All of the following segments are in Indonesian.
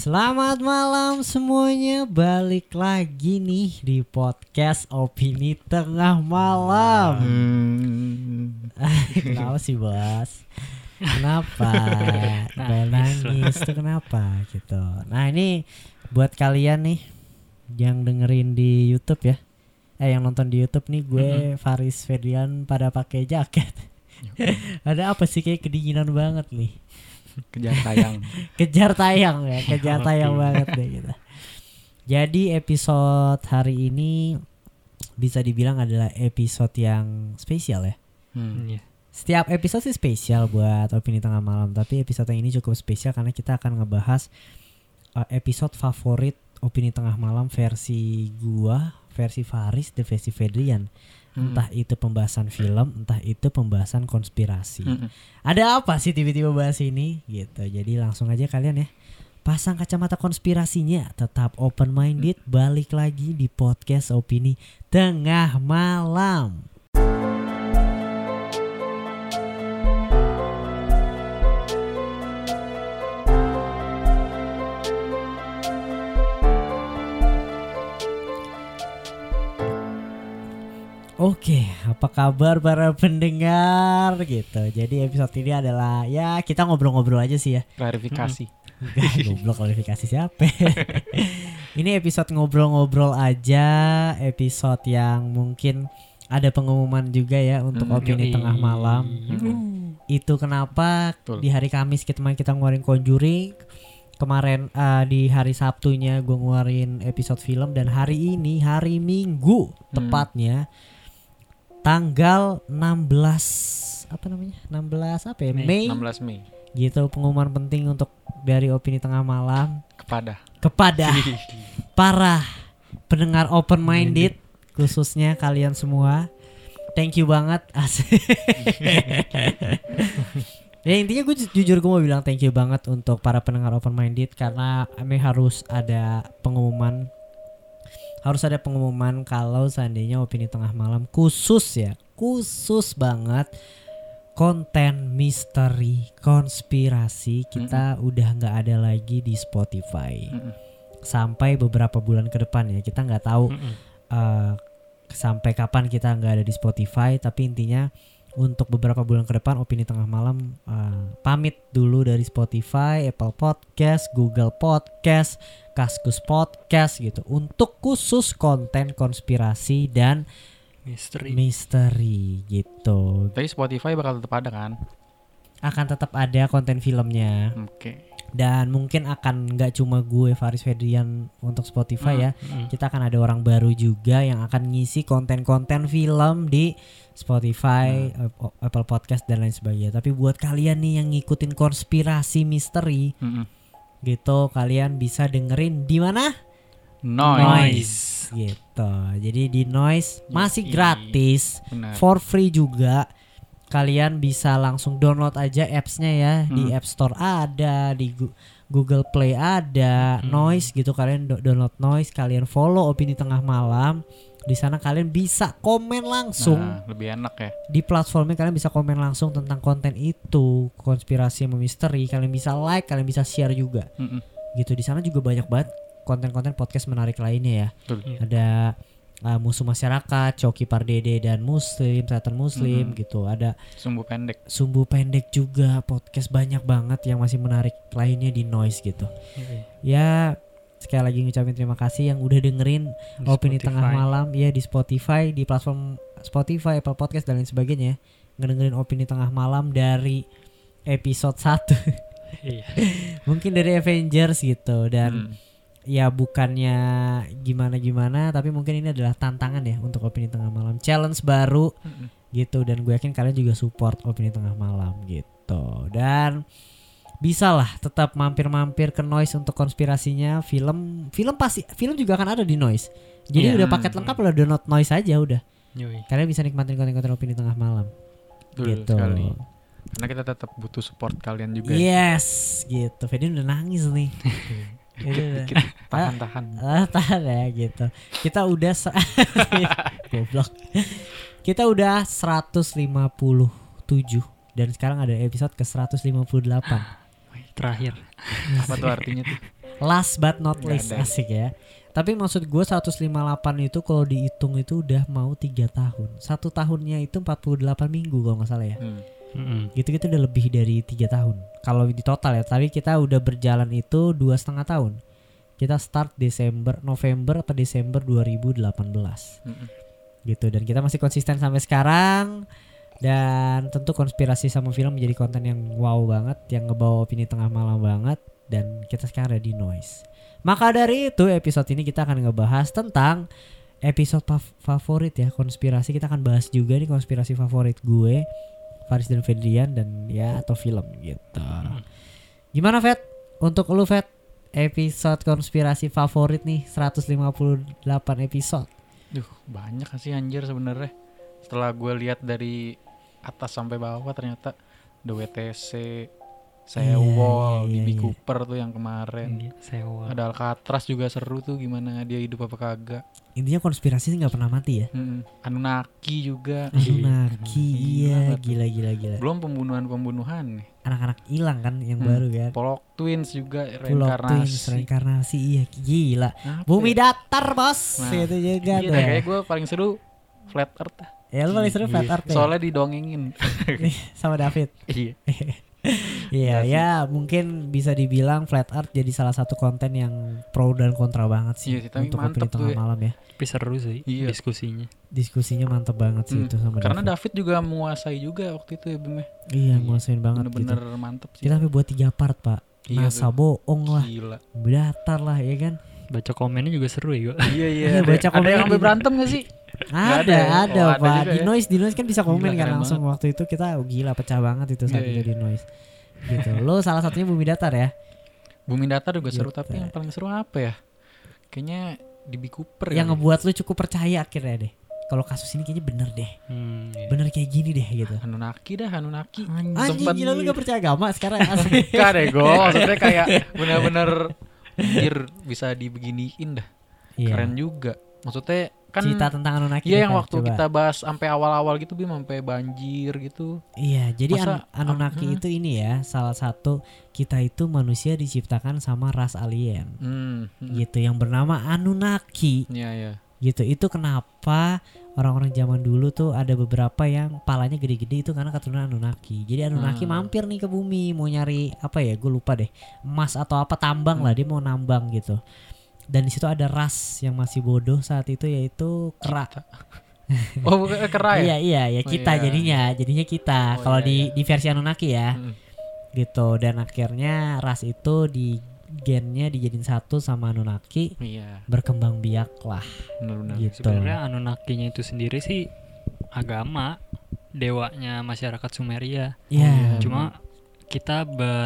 Selamat malam semuanya, balik lagi nih di podcast Opini Tengah Malam. Kenapa sih bos? Kenapa? Nangis tuh kenapa gitu. Nah ini buat kalian nih yang dengerin di YouTube ya, yang nonton di YouTube nih, gue Faris Ferdian pada pakai jaket. Ada apa sih, kayak kedinginan banget nih. Kejar tayang banget deh gitu. Jadi episode hari ini bisa dibilang adalah episode yang spesial ya. Setiap episode sih spesial buat Opini Tengah Malam, tapi episode yang ini cukup spesial karena kita akan ngebahas episode favorit Opini Tengah Malam versi gua, versi Faris, the versi Fedrian. Entah itu pembahasan film, entah itu pembahasan konspirasi. Ada apa sih tiba-tiba bahas ini gitu. Jadi langsung aja kalian ya pasang kacamata konspirasinya, tetap open minded. Balik lagi di podcast Opini Tengah Malam. Oke, apa kabar para pendengar gitu. Jadi episode ini adalah ya kita ngobrol-ngobrol aja sih ya. Klarifikasi. Goblok, klarifikasi siapa? Ini episode ngobrol-ngobrol aja, episode yang mungkin ada pengumuman juga ya untuk Opini Tengah Malam. Itu kenapa di hari Kamis kita ngeluarin Conjuring. Kemarin di hari Sabtunya gue ngeluarin episode film, dan hari ini hari Minggu tepatnya tanggal 16 Mei. 16 Mei. Gitu, pengumuman penting untuk dari Opini Tengah Malam kepada para pendengar open minded, khususnya kalian semua. Thank you banget. Ya intinya gue jujur mau bilang thank you banget untuk para pendengar open minded, karena harus ada pengumuman. Harus ada pengumuman kalau seandainya Opini Tengah Malam khusus banget konten misteri konspirasi kita udah nggak ada lagi di Spotify sampai beberapa bulan ke depan ya. Kita nggak tahu sampai kapan kita nggak ada di Spotify, tapi intinya untuk beberapa bulan ke depan Opini Tengah Malam pamit dulu dari Spotify, Apple Podcast, Google Podcast, Kaskus Podcast gitu, untuk khusus konten konspirasi dan misteri gitu. Tapi Spotify bakal tetap ada kan? Akan tetap ada konten filmnya. Oke. Dan mungkin akan nggak cuma gue Faris Fedrian untuk Spotify ya. Kita akan ada orang baru juga yang akan ngisi konten-konten film di Spotify, Apple Podcast dan lain sebagainya. Tapi buat kalian nih yang ngikutin konspirasi misteri gitu, kalian bisa dengerin di mana? Noise gitu. Jadi di Noise masih gratis, for free juga. Kalian bisa langsung download aja apps-nya ya. Di App Store ada, di Google Play ada, Noise gitu. Kalian download Noise, kalian follow Opini Tengah Malam. Di sana kalian bisa komen langsung. Nah, lebih enak ya. Di platformnya kalian bisa komen langsung tentang konten itu, konspirasi sama misteri. Kalian bisa like, kalian bisa share juga. Gitu, di sana juga banyak banget konten-konten podcast menarik lainnya ya. Ada Musuh Masyarakat, Coki Pardede dan Muslim, Setan Muslim gitu. Ada Sumbu Pendek juga, podcast banyak banget yang masih menarik lainnya di Noise gitu. Ya sekali lagi ngucapin terima kasih yang udah dengerin Opini Tengah Malam ya di Spotify, di platform Spotify, Apple Podcast dan lain sebagainya. Ngedengerin Opini Tengah Malam dari episode 1 mungkin dari Avengers gitu. Dan ya bukannya gimana-gimana, tapi mungkin ini adalah tantangan ya untuk Opini Tengah Malam, challenge baru gitu. Dan gue yakin kalian juga support Opini Tengah Malam gitu. Dan bisa lah tetap mampir-mampir ke Noise untuk konspirasinya. Film juga akan ada di Noise. Jadi udah paket lengkap, udah download Noise aja udah. Kalian bisa nikmatin konten-konten Opini Tengah Malam. Gitu. Sekali. Karena kita tetap butuh support kalian juga. Yes, gitu. Fedin udah nangis nih. Tahan ya gitu. Kita udah goblok. Kita udah 157 dan sekarang ada episode ke 158. Terakhir. Apa tuh artinya tuh? Last but not Nggak least, ada. asik ya. Tapi maksud gue 158 itu kalau dihitung itu udah mau 3 tahun. 1 tahunnya itu 48 minggu kalau gak salah ya. Gitu-gitu udah lebih dari 3 tahun. Kalau di total ya. Tapi kita udah berjalan itu 2,5 tahun. Kita start November atau Desember 2018 gitu. Dan kita masih konsisten sampai sekarang. Dan tentu konspirasi sama film menjadi konten yang wow banget, yang ngebawa opini tengah malam banget. Dan kita sekarang ada di Noise. Maka dari itu episode ini kita akan ngebahas tentang episode favorit ya, konspirasi. Kita akan bahas juga nih konspirasi favorit gue, Faris dan Fedrian, dan ya atau film gitu. Gimana Fed? Untuk lu Fed, episode konspirasi favorit nih 158 episode. Duh, banyak sih anjir sebenarnya. Setelah gue lihat dari atas sampai bawah ternyata The WTC, Sewol, Bibi Cooper tuh yang kemarin. Sewol. Ada Alcatraz juga seru tuh, gimana dia hidup apa kagak. Intinya konspirasi sih nggak pernah mati ya. Anunnaki juga. Anunnaki, iya gila. Belum pembunuhan nih. Anak-anak hilang kan yang baru kan. Pollock Twins juga reinkarnasi, iya gila. Apa Bumi ya? datar bos, gitu juga Iya, tuh. kayak gue paling seru Flat Earth. Ya lu paling seru Flat Earth ya? Soalnya didongengin. sama David. Iya. Iya ya mungkin bisa dibilang Flat Earth jadi salah satu konten yang pro dan kontra banget sih. Iya, tapi untuk mantep opini tengah tuh ya. malam ya. Tapi seru sih diskusinya. Diskusinya mantep banget sih itu sama Karena David. David juga menguasai juga waktu itu ya Bim. Iya nguasain banget Bener-bener gitu. mantep sih. Kita sampai buat 3 part pak. Iya NASA tuh. bohong lah, Gila. datar lah ya kan. Baca komennya juga seru ya gue. Iya. Baca Ada komen yang sampai di- berantem gak sih? Ada Oh, ada pak. juga Di ya. Noise kan bisa komen Gila, kan keren langsung waktu itu kita gila pecah banget itu saat Iya, itu di Noise. Gitu. Lo salah satunya Bumi Datar ya. Bumi Datar juga seru, Gitu. tapi yang paling seru apa ya? Kayaknya Bibi Cooper Yang kali. ngebuat lu cukup percaya akhirnya deh. Kalau kasus ini kayaknya bener deh. Iya. Bener kayak gini deh gitu. Anunnaki. Anjing Sempet gila lu gak percaya agama sekarang. Enggak deh gue. Maksudnya kayak bener-bener bisa dibeginiin dah. Iya. Keren juga. Maksudnya kan Cerita tentang Anunnaki. iya deh, yang Fer, waktu coba. kita bahas sampai awal-awal gitu Bim, sampai banjir gitu. Iya, jadi Masa- Anunnaki itu ini ya, salah satu kita itu manusia diciptakan sama ras alien. Gitu yang bernama Anunnaki. Iya. Gitu. Itu kenapa orang-orang zaman dulu tuh ada beberapa yang palanya gede-gede itu karena keturunan Anunnaki. Jadi Anunnaki mampir nih ke bumi mau nyari apa ya, gue lupa deh. Emas atau apa tambang lah, dia mau nambang gitu. Dan di situ ada ras yang masih bodoh saat itu yaitu kera. Oh, bukan kera ya? Iya Oh, kita iya. jadinya kita. Oh, Kalau iya, di versi Anunnaki ya. Mm. Gitu, dan akhirnya ras itu di gennya dijadiin satu sama Anunnaki, Iya, berkembang biak lah benar-benar. gitu. Sebenarnya Anunnakinya itu sendiri sih agama dewanya masyarakat Sumeria. Iya. Cuma kita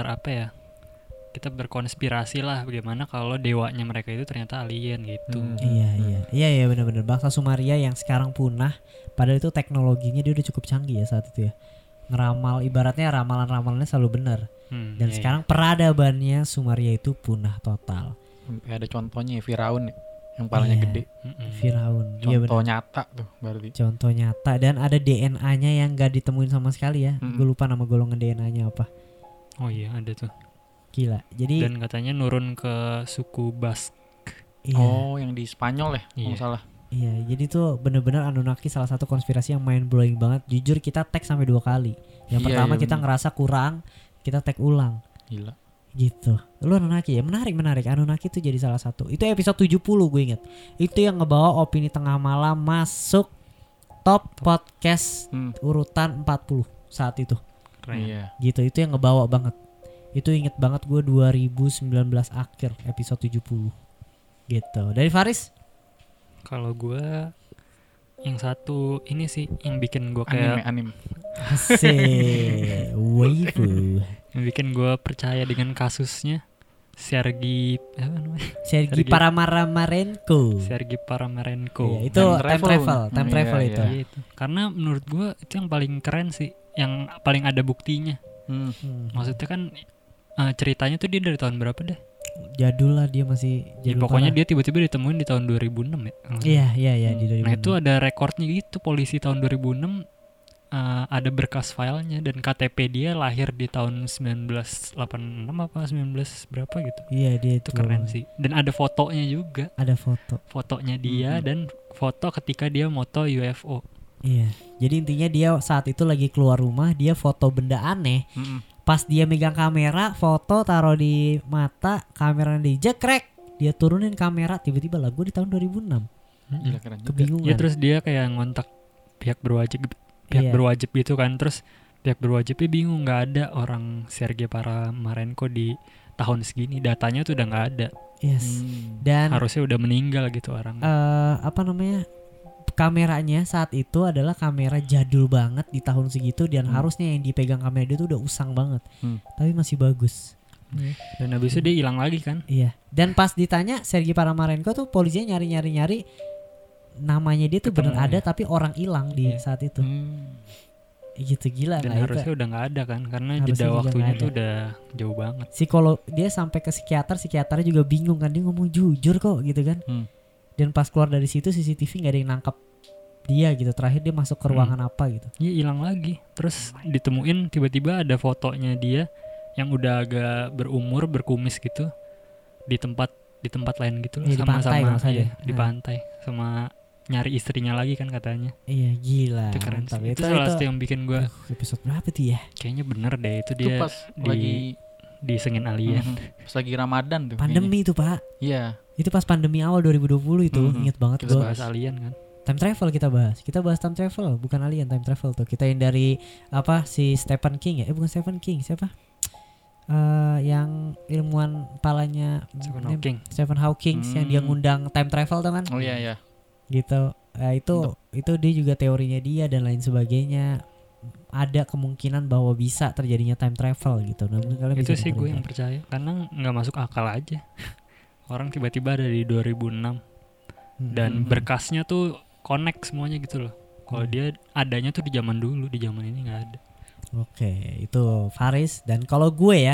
kita berkonspirasi lah bagaimana kalau dewanya mereka itu ternyata alien gitu. Iya benar-benar bangsa Sumeria yang sekarang punah, padahal itu teknologinya dia udah cukup canggih ya saat itu ya. Ngeramal, ibaratnya ramalan-ramalannya selalu benar. Dan sekarang peradabannya Sumeria itu punah total. Ada contohnya ya, Firaun ya, yang palanya Iya. gede. Firaun. Iya Contoh benar. nyata tuh berarti. Contoh nyata, dan ada DNA-nya yang gak ditemuin sama sekali ya. Gue lupa nama golongan DNA-nya apa. Oh iya ada tuh. Gila. Jadi Dan katanya nurun ke suku Bask. iya. Oh, yang di Spanyol ya, kalau Iya. nggak salah. Iya, jadi tuh bener-bener Anunnaki salah satu konspirasi yang mind blowing banget. Jujur kita tag sampai 2 kali. Yang Iya, pertama iya, kita bener. ngerasa kurang, kita tag ulang. Gila. Gitu. Lu Anunnaki ya, menarik. Anunnaki itu jadi salah satu. Itu episode 70 gue inget. Itu yang ngebawa opini tengah malam masuk top podcast urutan 40 saat itu. Keren. Iya. Gitu, itu yang ngebawa banget. Itu inget banget gue 2019 akhir episode 70. Gitu. Dari Faris? Kalau gue yang satu ini sih yang bikin gue kayak Anime. Asik. Waifu. yang bikin gue percaya dengan kasusnya Sergei apa namanya? Sergi Paramarenko. Sergei Paramarenko. Iya, itu time travel Iya, itu. Iya, itu. Karena menurut gue itu yang paling keren sih, yang paling ada buktinya. Maksudnya kan ceritanya tuh dia dari tahun berapa deh? Jadul lah, dia masih Ya, jadul. pokoknya parah. dia tiba-tiba ditemuin di tahun 2006 ya. Iya di 2006. Nah itu ada rekornya gitu, polisi tahun 2006 ada berkas filenya dan KTP dia lahir di tahun 1986 apa 19 berapa gitu. Iya dia itu keren sih. Dan ada fotonya juga. Ada fotonya dia dan foto ketika dia moto UFO. Iya. Jadi intinya dia saat itu lagi keluar rumah, dia foto benda aneh. Pas dia megang kamera, foto taruh di mata, kameranya dijekrek, dia turunin kamera, tiba-tiba lah gue di tahun 2006. Gila keren juga. Kebingungan. Ya terus dia kayak ngontak pihak berwajib gitu kan. Terus pihak berwajibnya bingung, nggak ada orang Sergei Paramarenko di tahun segini, datanya tuh udah nggak ada. Yes. Dan harusnya udah meninggal gitu orang. Kameranya saat itu adalah kamera jadul banget di tahun segitu dan harusnya yang dipegang kamera dia tuh udah usang banget. Tapi masih bagus. Dan habis itu dia hilang lagi kan? Iya. Dan pas ditanya Sergei Paramarenko tuh polisinya nyari namanya dia tuh benar ada tapi orang hilang di saat itu. Gitu gila. Dan harusnya udah nggak ada kan karena jeda waktunya tuh udah jauh banget. Dia sampai ke psikiaternya juga bingung kan, dia ngomong jujur kok gitu kan. Dan pas keluar dari situ CCTV nggak ada yang nangkap dia gitu. Terakhir dia masuk ke ruangan apa gitu. Iya hilang lagi. Terus ditemuin tiba-tiba ada fotonya dia yang udah agak berumur, berkumis gitu di tempat lain gitu di pantai sama nyari istrinya lagi kan katanya. Iya gila. Itu keren sih. Itu salah satu yang bikin gue episode berapa tuh ya? Kayaknya bener deh itu dia pas lagi disengin alien. Pas lagi Ramadan tuh. Pandemi itu Pak. Iya. Itu pas pandemi awal 2020 itu. Ingat banget gue. Kita bahas alien kan. Time travel kita bahas time travel, bukan alien, time travel tuh. Kita yang dari si Stephen King ya? Bukan Stephen King, siapa? Yang ilmuwan kepalanya Stephen Hawking yang dia ngundang time travel tuh kan? Oh iya. Gitu. Itu dia juga teorinya dia dan lain sebagainya. Ada kemungkinan bahwa bisa terjadinya time travel gitu. Nah, itu sih gue yang percaya karena nggak masuk akal aja. Orang tiba-tiba ada di 2006 dan berkasnya tuh connect semuanya gitu loh. Kalau dia adanya tuh di zaman dulu, di zaman ini nggak ada. Oke, itu Faris. Dan kalau gue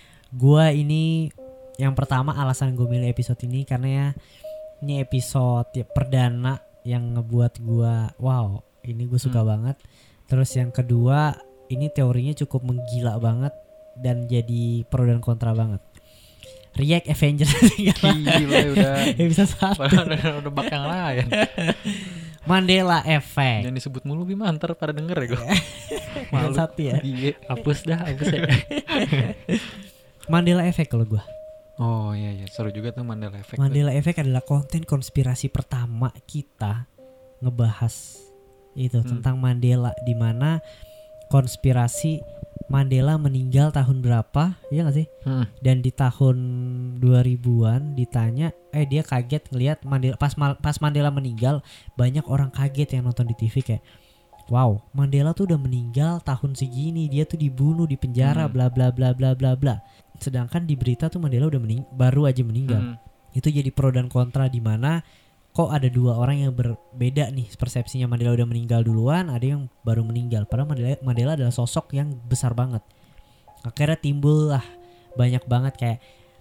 ini yang pertama alasan gue milih episode ini karena ya ini episode perdana yang ngebuat gue wow, ini gue suka banget. Terus yang kedua ini teorinya cukup menggila banget dan jadi pro dan kontra banget. React Avengers gila udah episode 1 udah bak yang lain. Mandela Effect. Jangan disebut mulu Bima, ntar pada denger ya gue. Malu. Satu ya. Hapus ya. Mandela Effect kalau gue. Oh iya seru juga tuh Mandela Effect. Mandela Effect adalah konten konspirasi pertama kita ngebahas itu tentang Mandela, di mana konspirasi Mandela meninggal tahun berapa, ya nggak sih? Dan di tahun 2000-an ditanya, dia kaget ngelihat Mandela pas Mandela meninggal, banyak orang kaget yang nonton di TV kayak, wow, Mandela tuh udah meninggal tahun segini, dia tuh dibunuh di penjara, bla bla bla bla bla bla. Sedangkan di berita tuh Mandela udah baru aja meninggal. Itu jadi pro dan kontra di mana kok ada dua orang yang berbeda nih persepsinya. Mandela udah meninggal duluan, ada yang baru meninggal. Padahal Mandela adalah sosok yang besar banget. Akhirnya timbul lah banyak banget kayak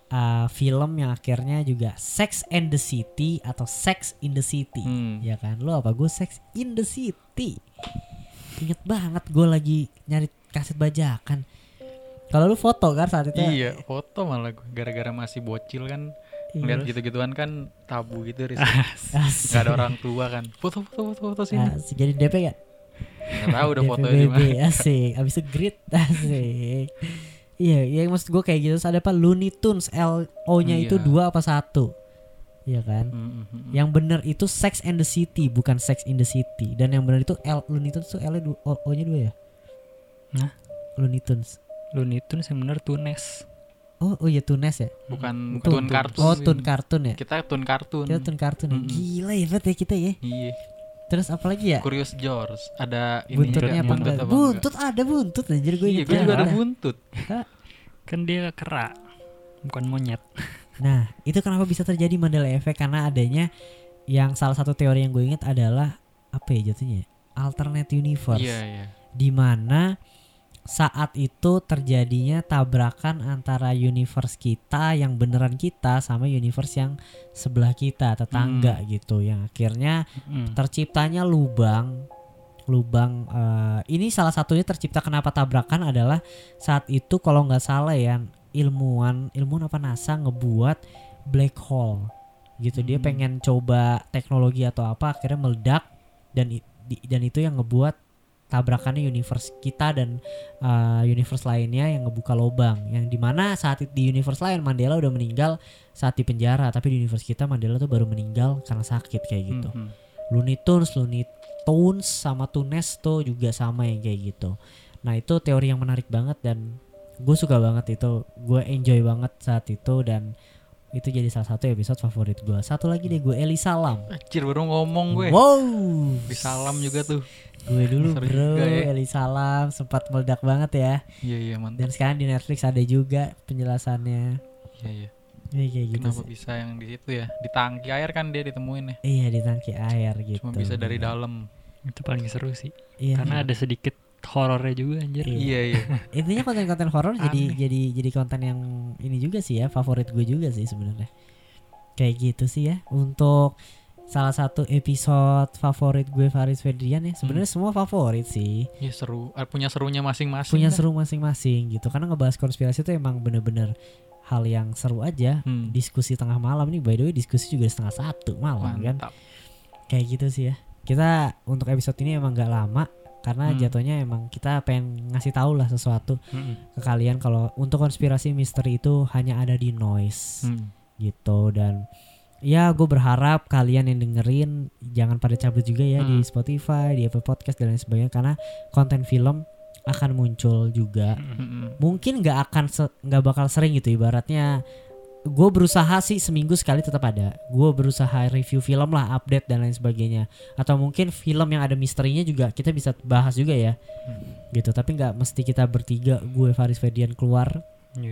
film yang akhirnya juga Sex and the City atau Sex in the City. Ya kan, lo apa gue Sex in the City. Ingat banget gue lagi nyari kaset bajakan. Kalau lu foto kan saat itu? Iya foto malah gue gara-gara masih bocil kan. Ngeliat gitu-gituan kan tabu gitu gak ada orang tua kan. Foto sini. Jadi DP gak? Gak tau udah foto di mana. Asik. Abis itu grid asik. Iya maksud gue kayak gitu. Ada apa Looney Tunes LO-nya itu 2 apa 1? Iya kan? Yang bener itu Sex and the City, bukan Sex in the City. Dan yang bener itu Looney Tunes tuh O-nya 2 ya? Nah, Looney Tunes yang bener Tunes. Oh iya Tunes ya? Bukan Tun Kartun. Oh Tun Kartun ya? Kita Tun Kartun. Gila ya bet ya kita ya. Iya. Terus apa lagi ya? Curious George. Ada buntutnya apa enggak? Buntut anjir gue ingat. Gue juga ada buntut. Kan dia kera, bukan monyet. Nah itu kenapa bisa terjadi Mandela Effect? Karena adanya yang salah satu teori yang gue ingat adalah apa ya jatuhnya? Alternate universe. Iya. Di mana saat itu terjadinya tabrakan antara universe kita yang beneran kita sama universe yang sebelah kita, tetangga gitu, yang akhirnya terciptanya lubang lubang. Ini salah satunya tercipta kenapa tabrakan adalah saat itu kalau nggak salah ya ilmuwan apa NASA ngebuat black hole gitu. Dia pengen coba teknologi atau apa, akhirnya meledak dan itu yang ngebuat tabrakannya universe kita dan universe lainnya, yang ngebuka lubang. Yang dimana saat di universe lain Mandela udah meninggal saat di penjara, tapi di universe kita Mandela tuh baru meninggal karena sakit kayak gitu. Looney Tunes sama Tunes tuh juga sama yang kayak gitu. Nah itu teori yang menarik banget dan gue suka banget itu, gue enjoy banget saat itu, dan itu jadi salah satu episode favorit gue. Satu lagi deh gue Eli Salam. Anjir baru ngomong gue. Wow. Di Salam juga tuh. Gue dulu Seru bro juga ya. Eli Salam sempat meledak banget ya. Iya mantap. Dan sekarang di Netflix ada juga penjelasannya. Iya. Iya kayak gitu Kenapa sih. bisa yang di situ ya? Di tangki air kan dia ditemuin ya. Iya di tangki air gitu. Cuma bisa dari dalam. Itu paling seru sih. Iya. Karena ada sedikit horornya juga anjir. Iya. Intinya konten-konten horor Aneh. jadi konten yang ini juga sih ya, favorit gue juga sih sebenarnya. Kayak gitu sih ya untuk salah satu episode favorit gue Faris Fedrian ya. Sebenarnya semua favorit sih. Iya seru. Punya serunya masing-masing. Punya dah. seru masing-masing gitu. Karena ngebahas konspirasi itu emang bener-bener hal yang seru aja. Diskusi tengah malam nih, by the way diskusi juga 1:30 malam. Mantap. Kan. Kayak gitu sih ya. Kita untuk episode ini emang gak lama karena jatuhnya emang kita pengen ngasih tahu lah sesuatu ke kalian kalau untuk konspirasi misteri itu hanya ada di Noise gitu. Dan ya gue berharap kalian yang dengerin jangan pada cabut juga ya di Spotify, di Apple Podcast dan lain sebagainya, karena konten film akan muncul juga. Mungkin nggak bakal sering gitu, ibaratnya gue berusaha sih seminggu sekali tetap ada. Gue berusaha review film lah, update dan lain sebagainya. Atau mungkin film yang ada misterinya juga kita bisa bahas juga ya. Gitu, tapi nggak mesti kita bertiga, gue Faris Fedian keluar.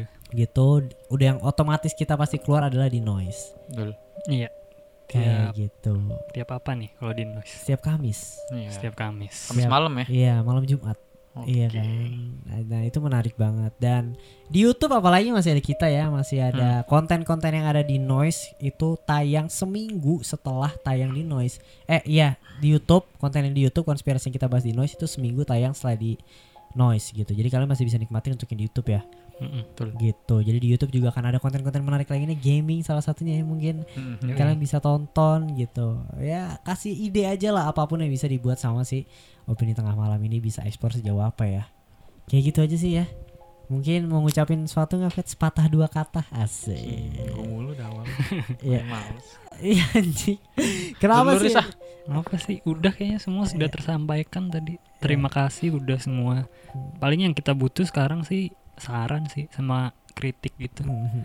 Gitu, udah yang otomatis kita pasti keluar adalah di Noise. Betul. Iya. Kayak gitu. Tiap apa nih kalau di Noise? Setiap Kamis. Iya. Setiap Kamis. Kamis malam ya. Iya, malam Jumat. Iya kan. Nah itu menarik banget. Dan di YouTube apalagi masih ada kita ya, masih ada konten-konten yang ada di Noise itu tayang seminggu setelah tayang di Noise. Iya, di YouTube, konten yang di YouTube konspirasi yang kita bahas di Noise itu seminggu tayang setelah di Noise gitu. Jadi kalian masih bisa nikmatin untuk yang di YouTube ya. Betul. Gitu. Jadi di YouTube juga akan ada konten-konten menarik lagi nih, gaming salah satunya yang mungkin kalian bisa tonton gitu. Ya kasih ide aja lah apapun yang bisa dibuat sama si Opini Tengah Malam ini bisa ekspor sejauh apa ya. Kayak gitu aja sih ya. Mungkin mau ngucapin sesuatu nggak Fet? Sepatah dua kata. Asik. Gue mulu dah awal. Iya. Males. Iya anjing. Kenapa sih? Apa sih? Udah kayaknya semua sudah tersampaikan tadi. Terima kasih udah semua. Paling yang kita butuh sekarang sih saran sih sama kritik gitu.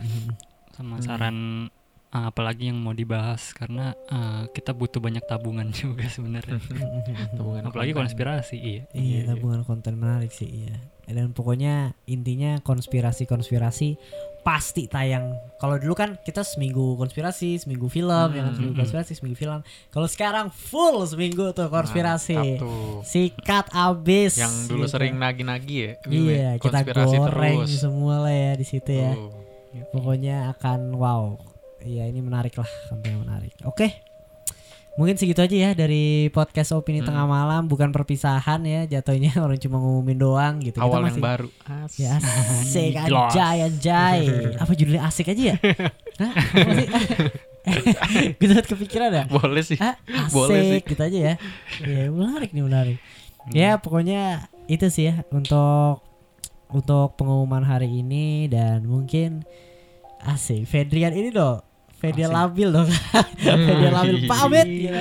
Sama saran apalagi yang mau dibahas, karena kita butuh banyak tabungan juga sebenarnya. Apalagi konspirasi. Iya, tabungan konten menarik sih. Iya. Dan pokoknya intinya konspirasi pasti tayang. Kalau dulu kan kita seminggu konspirasi, seminggu film, ya kan, seminggu konspirasi, seminggu film. Kalau sekarang full seminggu tuh konspirasi. Sikat abis. Yang dulu sering nagi-nagi ya. Iya, kita goreng terus. semua lah ya di situ ya. Pokoknya akan wow. Iya, ini menarik lah, konten menarik. Oke. Mungkin segitu aja ya dari podcast Opini Tengah Malam, bukan perpisahan ya, jatuhnya orang cuma ngumumin doang gitu. Awal kita yang baru. Ya asik anjay. Apa judulnya asik aja ya? Hah? Apa sih? Gue sempat kepikiran ya? Boleh sih. Asik Boleh sih. gitu aja ya. Ya menarik. Ya pokoknya itu sih ya untuk pengumuman hari ini. Dan mungkin asik Fedrian ini dong, Fedrian labil dong. Fedrian labil pamit gitu.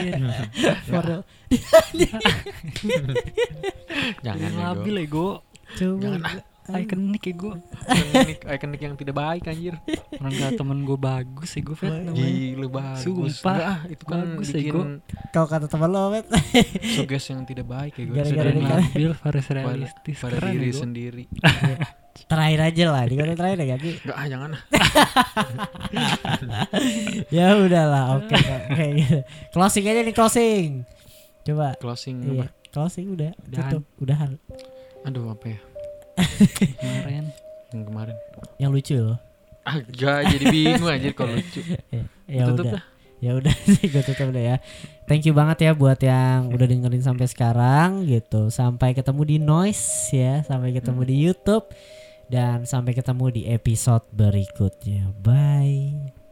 Jangan labil ego. Coba Ikonik ego. Ikonik yang tidak baik anjir. Orang kata temen gue bagus sih gue Fet namanya. Gila bagus. Sumpah. Itu kan bagus bikin kau kata teman lo Fet. suges yang tidak baik ya gue. Gara-gara Sudah ini kan. labil, Faris realistis. Pada Keren diri ego. sendiri. Terakhir aja lah, di konten terakhir ya ganti. Enggak jangan. Ya udahlah, oke kayak gitu. Closing aja nih, closing. Coba. Closing Iya, apa? closing udah. Udahan. Tutup, udahan. Aduh apa ya? Kemarin. Yang kemarin. Yang lucu loh. Agak jadi bingung anjir kalau lucu. Ya Tutup udah. lah. Ya udah sih gue tutup deh ya. Thank you banget ya buat yang udah dengerin sampai sekarang gitu. Sampai ketemu di Noise ya, sampai ketemu di YouTube dan sampai ketemu di episode berikutnya. Bye.